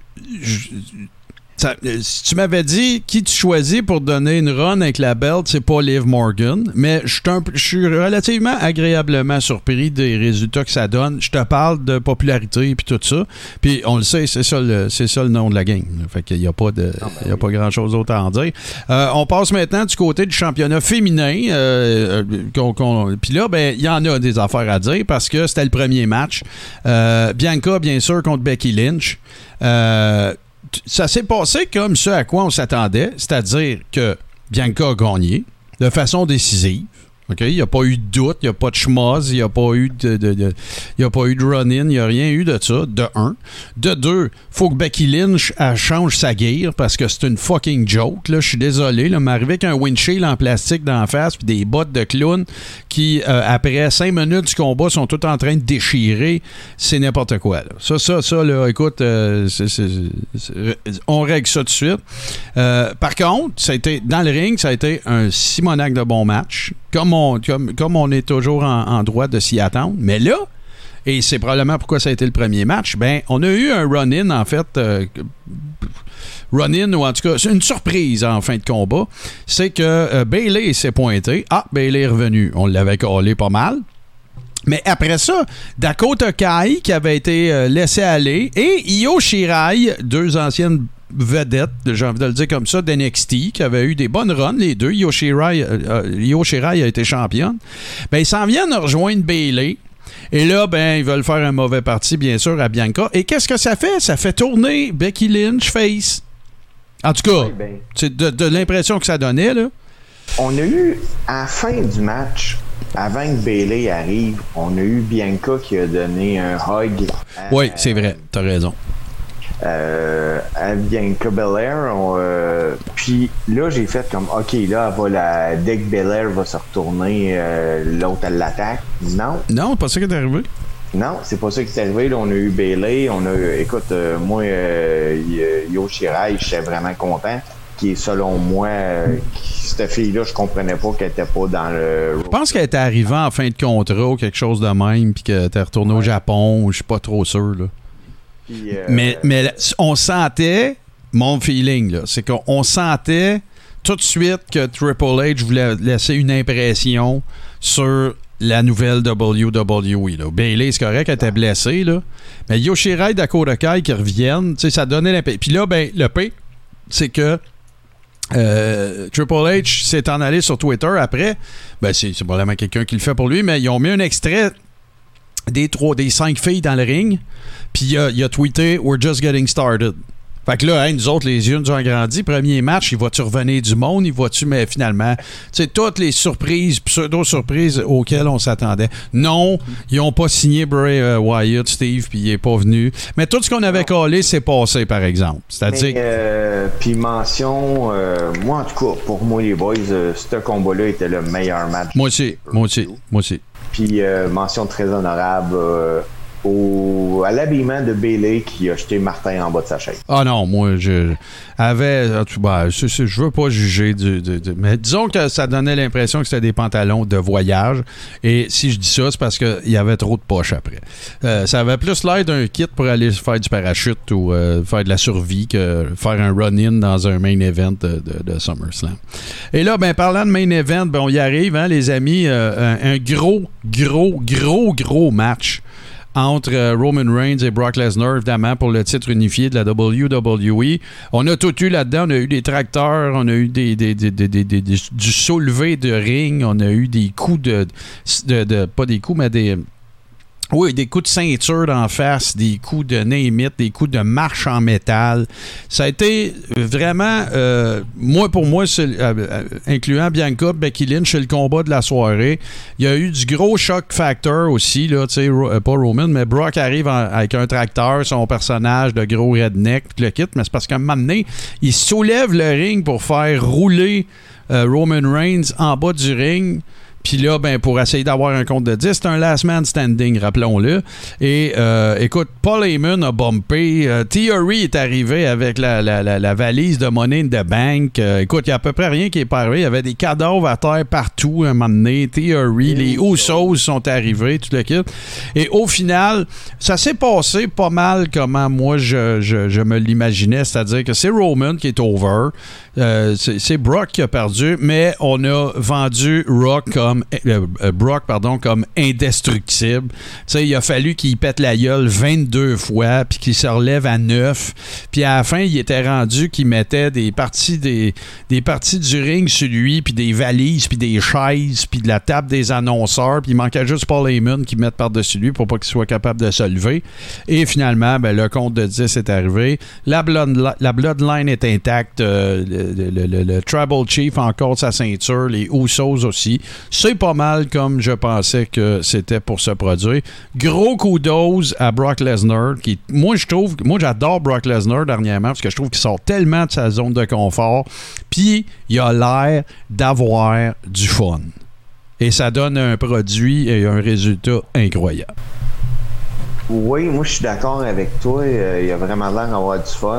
si tu m'avais dit qui tu choisis pour donner une run avec la belt, c'est pas Liv Morgan, mais je suis relativement agréablement surpris des résultats que ça donne. Je te parle de popularité puis tout ça. Puis on le sait, c'est ça le nom de la game. Fait qu'il n'y a pas grand-chose d'autre à en dire. On passe maintenant du côté du championnat féminin. Puis là, ben il y en a des affaires à dire parce que c'était le premier match. Bianca, bien sûr, contre Becky Lynch. Ça s'est passé comme ce à quoi on s'attendait, c'est-à-dire que Bianca a gagné de façon décisive. Okay? Il n'y a pas eu de doute, il n'y a pas de schmoz, il n'y a pas eu de run-in, il n'y a rien eu de ça, de 1. De 2, faut que Becky Lynch change sa gear parce que c'est une fucking joke. Je suis désolé, là, m'arriver avec un windshield en plastique d'en face puis des bottes de clown qui, après 5 minutes du combat, sont toutes en train de déchirer. C'est n'importe quoi. Là. Ça, là, écoute, on règle ça tout de suite. Par contre, ça a été, dans le ring, ça a été un simonac de bon match. Comme on est toujours en droit de s'y attendre. Mais là, et c'est probablement pourquoi ça a été le premier match, ben on a eu un run-in, en fait. Run-in, ou en tout cas, c'est une surprise en fin de combat. C'est que Bayley s'est pointé. Ah, Bayley est revenu. On l'avait collé pas mal. Mais après ça, Dakota Kai, qui avait été laissé aller, et Io Shirai, deux anciennes vedettes, j'ai envie de le dire comme ça, d'NXT, qui avaient eu des bonnes runs, les deux. Io Shirai a été championne. Ben, ils s'en viennent rejoindre Bayley. Et là, ben, ils veulent faire un mauvais parti, bien sûr, à Bianca. Et qu'est-ce que ça fait? Ça fait tourner Becky Lynch face. En tout cas, c'est de l'impression que ça donnait, là. On a eu, à la fin du match, avant que Bayley arrive, on a eu Bianca qui a donné un hug. Oui, c'est vrai, t'as raison. À Bianca Belair. Puis là, j'ai fait comme, OK, là, dès que Belair va se retourner, l'autre, elle l'attaque. Non. Non, c'est pas ça qui est arrivé. Non, c'est pas ça qui est arrivé. Là, on a eu Bayley. Écoute, moi, Io Shirai, j'étais vraiment content. Qui est, selon moi, cette fille-là, je comprenais pas qu'elle était pas dans le... Je pense qu'elle était arrivée en fin de contrat ou quelque chose de même, puis qu'elle était retournée au Japon, je suis pas trop sûr, là. Puis, mais on sentait, mon feeling, là, c'est qu'on sentait tout de suite que Triple H voulait laisser une impression sur la nouvelle WWE. Là. Bayley, c'est correct, elle était blessée, là. Mais Io Shirai et Dakota Kai qui reviennent, ça donnait l'impression. Puis là, ben, le P, c'est que Triple H s'est en allé sur Twitter après. Ben, c'est probablement quelqu'un qui le fait pour lui, mais ils ont mis un extrait des 5 filles dans le ring. Puis il a tweeté « We're just getting started ». Fait que là, nous autres, les yeux nous ont grandi. Premier match, il va-tu revenir du monde? Il va-tu, mais finalement, tu sais, toutes les surprises, pseudo-surprises auxquelles on s'attendait. Non, ils n'ont pas signé Bray Wyatt, Steve, puis il n'est pas venu. Mais tout ce qu'on avait collé, c'est passé, par exemple. C'est-à-dire... Puis mention, moi, en tout cas, pour moi, les boys, ce combat-là était le meilleur match. Moi aussi. Puis mention très honorable à l'habillement de Bayley qui a jeté Martin en bas de sa chaise. Ah non, moi, je veux pas juger mais disons que ça donnait l'impression que c'était des pantalons de voyage. Et si je dis ça, c'est parce qu'il y avait trop de poches après. Ça avait plus l'air d'un kit pour aller faire du parachute ou faire de la survie que faire un run-in dans un main event de SummerSlam. Et là, parlant de main event, on y arrive, hein, les amis, un gros match entre Roman Reigns et Brock Lesnar, évidemment, pour le titre unifié de la WWE. On a tout eu là-dedans. On a eu des tracteurs, on a eu du soulevé de ring, on a eu des coups pas des coups, mais des coups de ceinture d'en face, des coups de name it, des coups de marche en métal. Ça a été vraiment, pour moi, incluant Bianca, Becky Lynch, c'est le combat de la soirée. Il y a eu du gros shock factor aussi, là, tu sais, pas Roman, mais Brock arrive avec un tracteur, son personnage de gros redneck, le kit, mais c'est parce qu'à un moment donné, il soulève le ring pour faire rouler Roman Reigns en bas du ring. Puis là, pour essayer d'avoir un compte de 10, c'est un last man standing, rappelons-le. Et écoute, Paul Heyman a bumpé. Theory est arrivé avec la valise de Money in the Bank. Écoute, il n'y a à peu près rien qui est pas arrivé. Il y avait des cadavres à terre partout à un moment donné. Theory, les Usos sont arrivés, tout le kit. Et au final, ça s'est passé pas mal comment moi je me l'imaginais. C'est-à-dire que c'est Roman qui est over. C'est Brock qui a perdu, mais on a vendu Brock comme indestructible. Tu sais, il a fallu qu'il pète la gueule 22 fois, puis qu'il se relève à 9. Puis à la fin, il était rendu qu'il mettait des parties du ring sur lui, puis des valises, puis des chaises, puis de la table des annonceurs. Puis il manquait juste Paul Heyman qui mette par-dessus lui pour pas qu'il soit capable de se lever. Et finalement, le compte de 10 est arrivé. La Bloodline est intacte. Le Tribal Chief a encore sa ceinture. Les Usos aussi. C'est pas mal comme je pensais que c'était pour se produire. Gros kudos à Brock Lesnar. Moi, j'adore Brock Lesnar dernièrement parce que je trouve qu'il sort tellement de sa zone de confort. Puis, il a l'air d'avoir du fun. Et ça donne un produit et un résultat incroyable. Oui, moi, je suis d'accord avec toi. Il a vraiment l'air d'avoir du fun.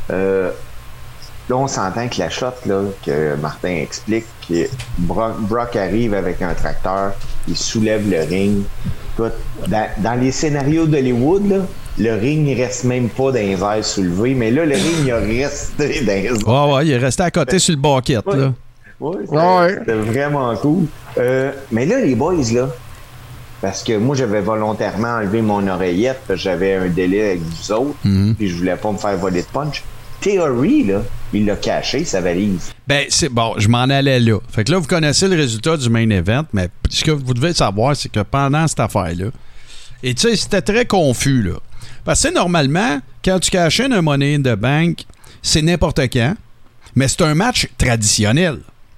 Là, on s'entend que la shot là, que Martin explique, que Brock arrive avec un tracteur, il soulève le ring. Écoute, dans les scénarios d'Hollywood, là, le ring ne reste même pas dans les airs soulevés, mais là, le ring, il a resté dans les airs. Ouais, il est resté à côté sur le bucket. Ouais. Là. Oui, c'était vraiment cool. Mais là, les boys, là, parce que moi, j'avais volontairement enlevé mon oreillette, parce que j'avais un délai avec vous autres, puis je voulais pas me faire voler de punch. Theory, là, il l'a caché, sa valise. C'est bon, je m'en allais là. Fait que là, vous connaissez le résultat du main event, mais ce que vous devez savoir, c'est que pendant cette affaire-là, et tu sais, c'était très confus, là. Parce que normalement, quand tu caches un Money in the Bank, c'est n'importe quand, mais c'est un match traditionnel.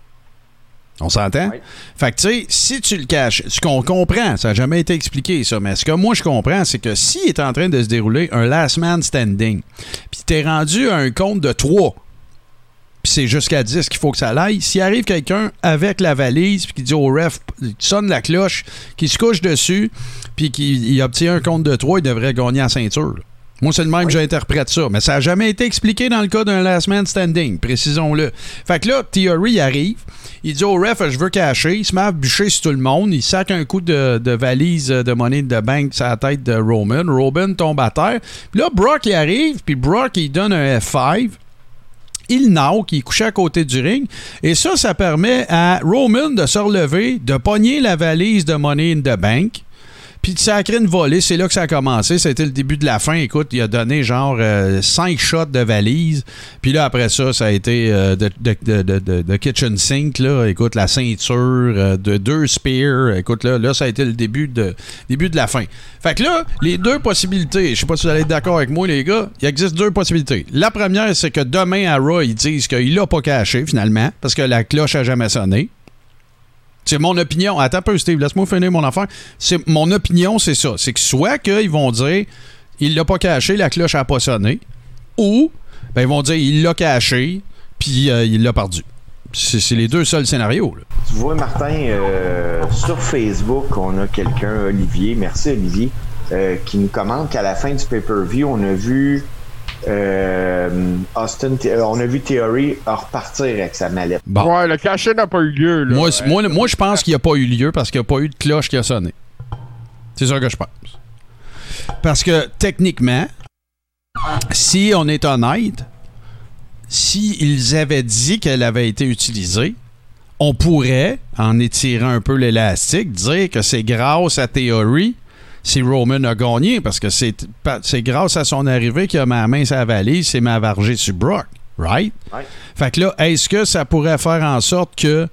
On s'entend? Oui. Fait que, tu sais, si tu le caches, ce qu'on comprend, ça n'a jamais été expliqué, ça, mais ce que moi, je comprends, c'est que s'il est en train de se dérouler un last man standing, puis t'es rendu à un compte de 3, puis c'est jusqu'à 10 qu'il faut que ça aille, s'il arrive quelqu'un avec la valise, puis qui dit au ref, il sonne la cloche, qui se couche dessus, puis qu'il obtient un compte de 3, il devrait gagner la ceinture, là. Moi, c'est le même que j'interprète ça. Mais ça n'a jamais été expliqué dans le cas d'un last man standing, précisons-le. Fait que là, Theory arrive, il dit au ref, je veux cacher, il se met à bûcher sur tout le monde, il sac un coup de valise de Money in the Bank sur la tête de Roman. Roman tombe à terre. Puis là, Brock, il arrive, puis Brock, il donne un F5. Il knock, il est couché à côté du ring. Et ça permet à Roman de se relever, de pogner la valise de Money in the Bank, puis de sacrer une volée. C'est là que ça a commencé. C'était le début de la fin. Écoute, il a donné genre 5 shots de valise. Puis là, après ça a été de kitchen sink. Là. Écoute, la ceinture, de 2 spears. Écoute, là, ça a été le début de la fin. Fait que là, les 2 possibilités, je sais pas si vous allez être d'accord avec moi, les gars, il existe 2 possibilités. La première, c'est que demain à Raw, ils disent qu'il l'a pas caché, finalement, parce que la cloche a jamais sonné. C'est mon opinion. Attends un peu, Steve, laisse-moi finir mon affaire. Mon opinion, c'est ça. C'est que soit qu'ils vont dire il l'a pas caché, la cloche n'a pas sonné, ou ils vont dire il l'a caché, puis il l'a perdu. C'est les 2 seuls scénarios. Là. Tu vois, Martin, sur Facebook, on a quelqu'un, Olivier. Merci, Olivier. qui nous commente qu'à la fin du pay-per-view, on a vu on a vu Theory repartir avec sa mallette. Bon. Ouais, le cachet n'a pas eu lieu. Là. Moi, je pense qu'il n'y a pas eu lieu parce qu'il n'y a pas eu de cloche qui a sonné. C'est ça que je pense. Parce que, techniquement, si on est honnête, s'ils avaient dit qu'elle avait été utilisée, on pourrait, en étirant un peu l'élastique, dire que c'est grâce à Theory si Roman a gagné, parce que c'est grâce à son arrivée qu'il a ma main sur la valise, c'est ma vargée sur Brock, right? Ouais. Fait que là, est-ce que ça pourrait faire en sorte que...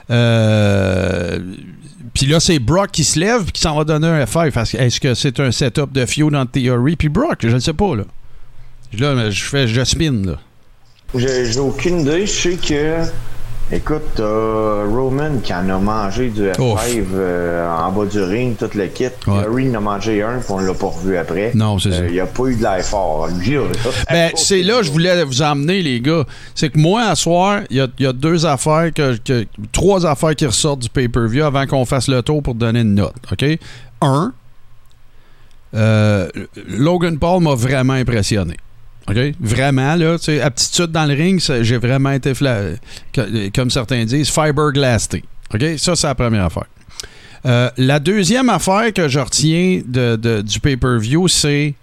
puis là, c'est Brock qui se lève et qui s'en va donner un F5. Est-ce que c'est un setup de feud entre Theory puis Brock? Je ne sais pas, là. Là, je spin, là. J'ai aucune idée. Je sais que... Écoute, Roman qui en a mangé du F5 en bas du ring, tout le kit. Theory en a mangé un, puis on l'a pas revu après. Non, c'est ça. Il n'y a pas eu de l'air fort. Ben, c'est là que je voulais vous emmener, les gars. C'est que moi, à soir, il y a deux affaires, trois affaires qui ressortent du pay-per-view avant qu'on fasse le tour pour donner une note. OK? Logan Paul m'a vraiment impressionné. OK? Vraiment, là, tu sais, aptitude dans le ring, j'ai vraiment été, comme certains disent, fiberglassé. OK? Ça, c'est la première affaire. La deuxième affaire que je retiens du pay-per-view, c'est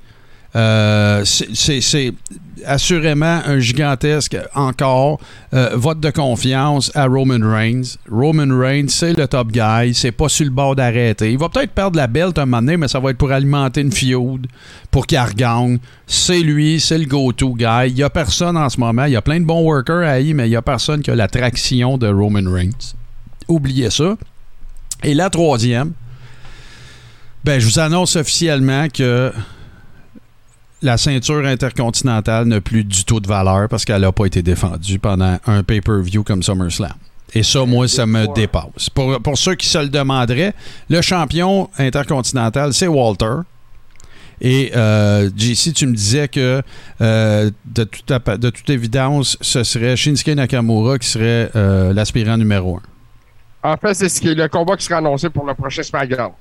assurément un gigantesque encore vote de confiance à Roman Reigns. Roman Reigns, c'est le top guy, c'est pas sur le bord d'arrêter. Il va peut-être perdre la belt un moment donné, mais ça va être pour alimenter une feud, pour qu'il regagne. C'est lui, c'est le go-to guy. Il y a personne en ce moment. Il y a plein de bons workers à mais il y a personne qui a l'attraction de Roman Reigns. Oubliez ça. Et la troisième, je vous annonce officiellement que la ceinture intercontinentale n'a plus du tout de valeur parce qu'elle n'a pas été défendue pendant un pay-per-view comme SummerSlam. Et ça, moi, ça me dépasse. Pour ceux qui se le demanderaient, le champion intercontinental, c'est Walter. Et JC, tu me disais que de toute évidence, ce serait Shinsuke Nakamura qui serait l'aspirant numéro 1. En fait, c'est le combat qui sera annoncé pour le prochain SmackDown.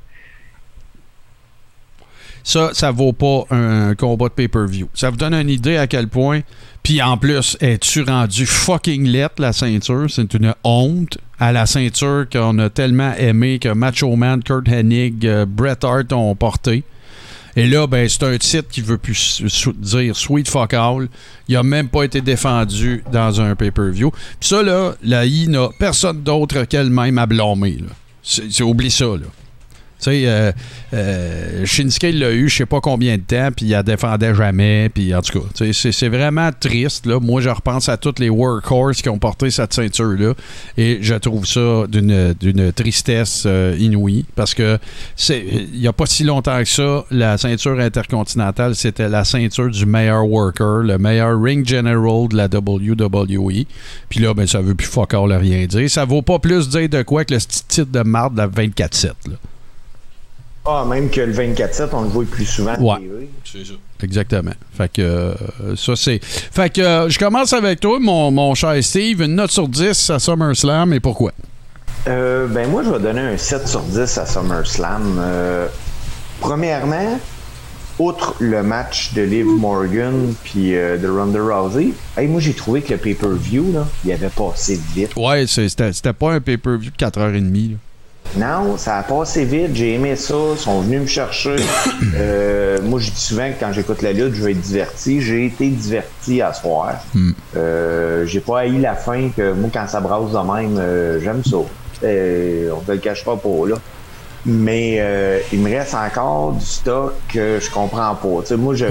Ça vaut pas un combat de pay-per-view. Ça vous donne une idée à quel point. Puis en plus, es-tu rendu fucking lettre, la ceinture? C'est une honte à la ceinture qu'on a tellement aimé que Macho Man, Kurt Hennig, Bret Hart ont porté. Et là, c'est un titre qui veut plus dire sweet fuck all. Il a même pas été défendu dans un pay-per-view. Puis ça, là, la I n'a personne d'autre qu'elle-même à blâmer. Oublie ça, là. Tu sais, Shinsuke l'a eu je sais pas combien de temps, puis il la défendait jamais, puis en tout cas, c'est vraiment triste, là. Moi, je repense à tous les workhorses qui ont porté cette ceinture-là, et je trouve ça d'une tristesse inouïe, parce que il y a pas si longtemps que ça, la ceinture intercontinentale, c'était la ceinture du meilleur worker, le meilleur ring general de la WWE, puis là, ça veut plus fuck all rien dire. Ça vaut pas plus dire de quoi que le titre de marde de la 24/7, là. Ah, même que le 24/7, on le voit plus souvent. Ouais, c'est ça. Exactement. Fait que ça, c'est... Fait que je commence avec toi, mon cher Steve. Une note sur 10 à SummerSlam, et pourquoi? Moi, je vais donner un 7 sur 10 à SummerSlam. Premièrement, outre le match de Liv Morgan puis de Ronda Rousey, moi, j'ai trouvé que le pay-per-view, là, il avait passé vite. Ouais, c'était pas un pay-per-view de 4h30, là. Non, ça a passé vite, j'ai aimé ça, ils sont venus me chercher. Moi, je dis souvent que quand j'écoute la lutte, je vais être diverti. J'ai été diverti à soir. J'ai pas haï la fin, que moi, quand ça brasse de même, j'aime ça. On te le cache pas pour là. Mais il me reste encore du stock que je comprends pas. T'sais, moi,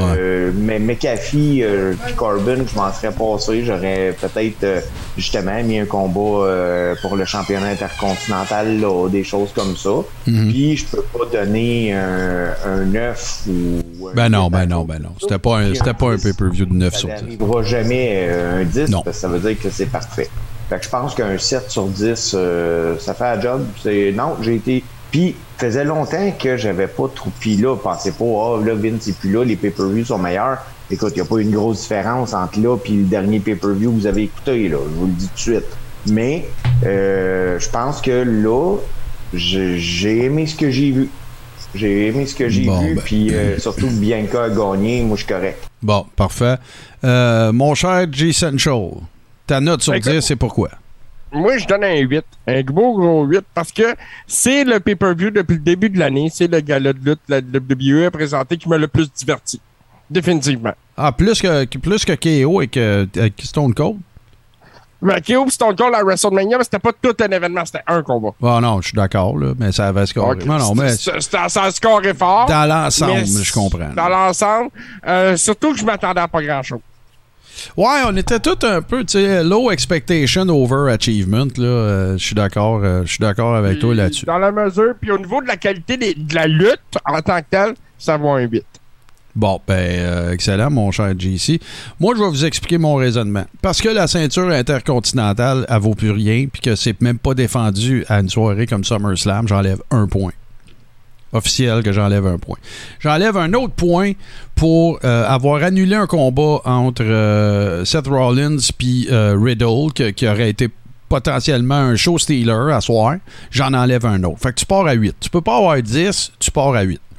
McAfee puis Corbin, je m'en serais passé. J'aurais peut-être justement mis un combat pour le championnat intercontinental, là, des choses comme ça. Puis je peux pas donner un 9 ou... non. C'était pas un pay-per-view de 9 sur 10. Ça n'arrivera jamais un 10, non. Parce que ça veut dire que c'est parfait. Fait que je pense qu'un 7 sur 10, ça fait la job. Non, j'ai été... Puis, faisait longtemps que j'avais pas trop... Puis là, pensez pas, là, Vince c'est plus là, les pay-per-views sont meilleurs. Écoute, il n'y a pas une grosse différence entre là puis le dernier pay-per-view que vous avez écouté, là. Je vous le dis tout de suite. Mais, je pense que là, j'ai aimé ce que j'ai vu. J'ai aimé ce que j'ai vu, puis surtout Bianca a gagné, moi je suis correct. Bon, parfait. Mon cher G-Central, ta note sur 10, c'est pourquoi? Moi, je donne un 8. Un gros 8, parce que c'est le pay-per-view depuis le début de l'année. C'est le gala de lutte, la WWE a présenté, qui m'a le plus diverti. Définitivement. Ah, plus que KO et que Stone Cold? Ben, KO et Stone Cold à WrestleMania, mais c'était pas tout un événement, c'était un combat. Ah non, je suis d'accord, là, mais ça avait scoré. Okay. Non, mais ça scorait fort. Dans l'ensemble, je comprends. Dans l'ensemble, surtout que je m'attendais à pas grand-chose. Ouais, on était tous un peu, tu sais, low expectation, over achievement, là. Je suis d'accord avec toi là-dessus. Dans la mesure, puis au niveau de la qualité de la lutte en tant que telle, ça vaut un 8. Bon, excellent, mon cher JC. Moi, je vais vous expliquer mon raisonnement. Parce que la ceinture intercontinentale, elle vaut plus rien, puis que c'est même pas défendu à une soirée comme SummerSlam, j'enlève un point. Officiel que j'enlève un point. J'enlève un autre point pour avoir annulé un combat entre Seth Rollins puis Riddle qui aurait été potentiellement un show stealer à soir. J'en enlève un autre. Fait que tu pars à 8. Tu peux pas avoir 10, tu pars à 8.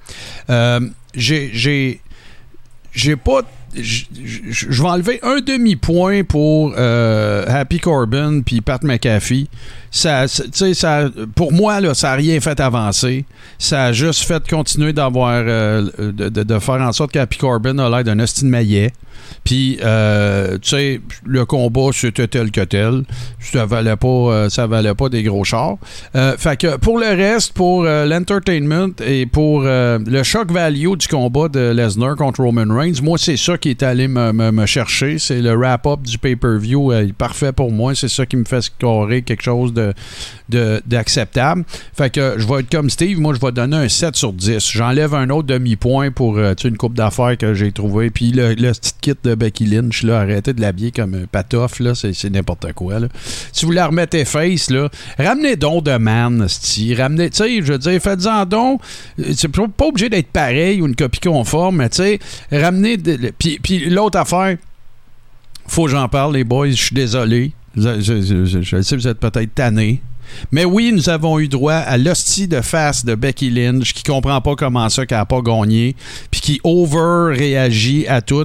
J'ai pas... Je vais enlever un demi-point pour Happy Corbin puis Pat McAfee. Ça, pour moi, là, ça n'a rien fait avancer. Ça a juste fait continuer d'avoir de faire en sorte qu'Happy Corbin a l'air d'un Austin Maillet. Puis, tu sais, le combat, c'était tel que tel. Ça valait pas des gros chars. Fait que pour le reste, pour l'entertainment et pour le shock value du combat de Lesnar contre Roman Reigns, moi, c'est ça qui est allé me chercher. C'est le wrap-up du pay-per-view parfait pour moi. C'est ça qui me fait scorer quelque chose d'acceptable. Fait que je vais être comme Steve. Moi, je vais donner un 7 sur 10. J'enlève un autre demi-point pour une coupe d'affaires que j'ai trouvé. Puis le petit kit de Becky Lynch, là, arrêtez de l'habiller comme un patoff, là, c'est n'importe quoi, là. Si vous la remettez face, là, ramenez donc de Man, ramenez, tu sais, je veux dire, faites-en donc, c'est pas obligé d'être pareil ou une copie conforme, mais tu sais, ramenez, puis l'autre affaire, faut que j'en parle, les boys, je suis désolé, je sais, vous êtes peut-être tannés. Mais oui, nous avons eu droit à l'hostie de face de Becky Lynch qui comprend pas comment ça qu'elle n'a pas gagné puis qui over-réagit à tout.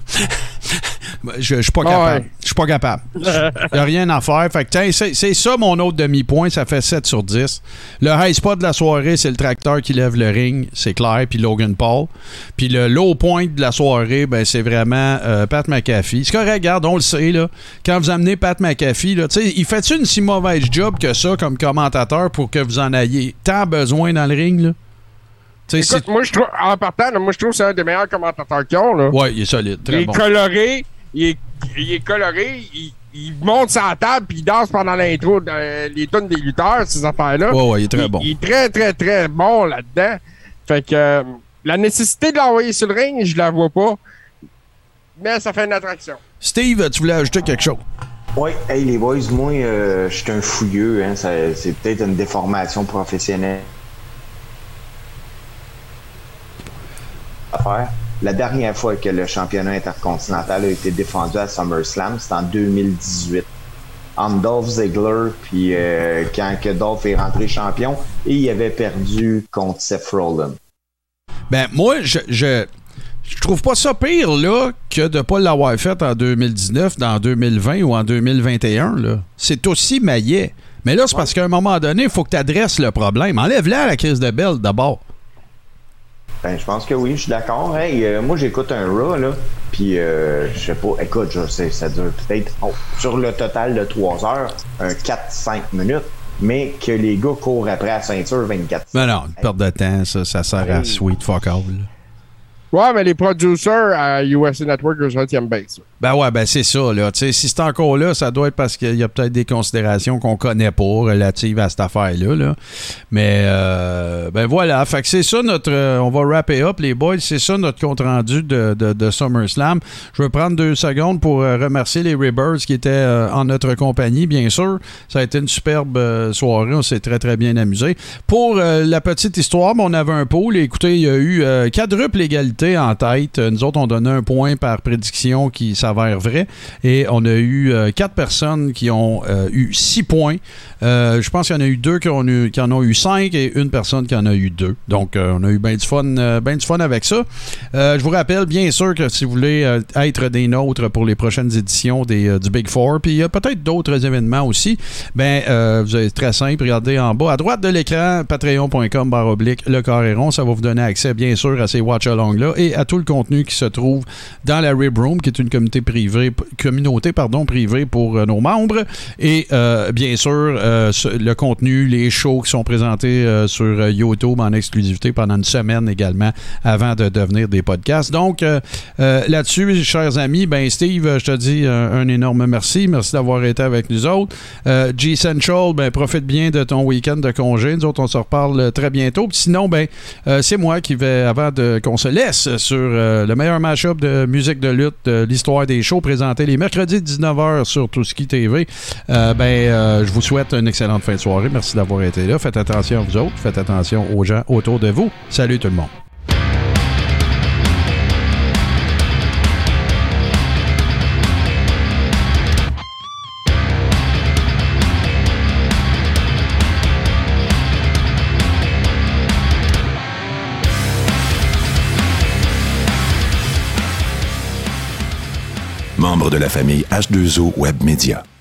Je suis pas capable. Je suis pas capable. Il n'y a rien à faire. Fait que c'est ça mon autre demi-point. Ça fait 7 sur 10. Le high spot de la soirée, c'est le tracteur qui lève le ring. C'est clair. Puis Logan Paul. Puis le low point de la soirée, ben, c'est vraiment Pat McAfee. C'est correct, regarde, on le sait. Là. Quand vous amenez Pat McAfee, là, il fait-tu une si mauvaise job que ça comme commentateur pour que vous en ayez tant besoin dans le ring? Là? Écoute, moi, je trouve, en partant, moi, je trouve que c'est un des meilleurs commentateurs qu'ils ont. Là. Ouais, il est solide. Très bon. Coloré. Il est coloré, il monte sa table puis il danse pendant l'intro les tunes des lutteurs, ces affaires-là. Ouais, il est très bon. Il est très, très, très bon là-dedans. Fait que la nécessité de l'envoyer sur le ring, je la vois pas. Mais ça fait une attraction. Steve, tu voulais ajouter quelque chose? Oui, hey les boys, moi, je suis un fouilleux. Hein, c'est peut-être une déformation professionnelle à faire. La dernière fois que le championnat intercontinental a été défendu à SummerSlam, c'était en 2018. Entre Dolph Ziggler, puis quand que Dolph est rentré champion, et il avait perdu contre Seth Rollins. Ben, moi, je trouve pas ça pire, là, que de pas l'avoir fait en 2019, dans 2020 ou en 2021, là. C'est aussi maillet. Mais là, c'est parce qu'à un moment donné, il faut que tu adresses le problème. Enlève-la à la crise de Bell, d'abord. Ben, je pense que oui, je suis d'accord. Hey, moi, j'écoute un Raw, là, puis je sais pas, écoute, je sais, ça dure peut-être, sur le total de 3 heures, un 4-5 minutes, mais que les gars courent après la ceinture 24. Ben non, une perte de temps, ça sert à sweet fuck all. Ouais, mais les producers à USA Network, eux autres, ils aiment bien ça. Ben ouais, ben c'est ça, là. T'sais, si c'est encore là, ça doit être parce qu'il y a peut-être des considérations qu'on connaît pas relatives à cette affaire-là, là. Mais, ben voilà. Fait que c'est ça notre... on va wrapper up, les boys. C'est ça notre compte-rendu de SummerSlam. Je vais prendre 2 secondes pour remercier les Ribbers qui étaient en notre compagnie, bien sûr. Ça a été une superbe soirée. On s'est très, très bien amusé. Pour la petite histoire, on avait un pool. Écoutez, il y a eu quadruple égalité en tête. Nous autres, on donnait un point par prédiction qui ça s'avère vrai. Et on a eu 4 personnes qui ont eu 6 points. Je pense qu'il y en a eu 2 qui en ont eu 5 et une personne qui en a eu 2. Donc, on a eu bien du fun avec ça. Je vous rappelle, bien sûr, que si vous voulez être des nôtres pour les prochaines éditions du Big Four, puis il y a peut-être d'autres événements aussi, vous êtes très simple, regardez en bas à droite de l'écran, patreon.com/le carré rond, ça va vous donner accès bien sûr à ces watch-alongs-là et à tout le contenu qui se trouve dans la Rib Room, qui est une communauté privée pour nos membres, et bien sûr le contenu, les shows qui sont présentés sur YouTube en exclusivité pendant une semaine également avant de devenir des podcasts. Donc là-dessus, chers amis, Steve, je te dis un énorme merci d'avoir été avec nous autres. G-Central, profite bien de ton week-end de congé. Nous autres, on se reparle très bientôt. Puis sinon, c'est moi qui vais, avant qu'on se laisse sur le meilleur match-up de musique de lutte de l'histoire des shows, présenté les mercredis 19h sur Touski TV. Je vous souhaite une excellente fin de soirée. Merci d'avoir été là. Faites attention à vous autres. Faites attention aux gens autour de vous. Salut tout le monde. Membre de la famille H2O Web Media.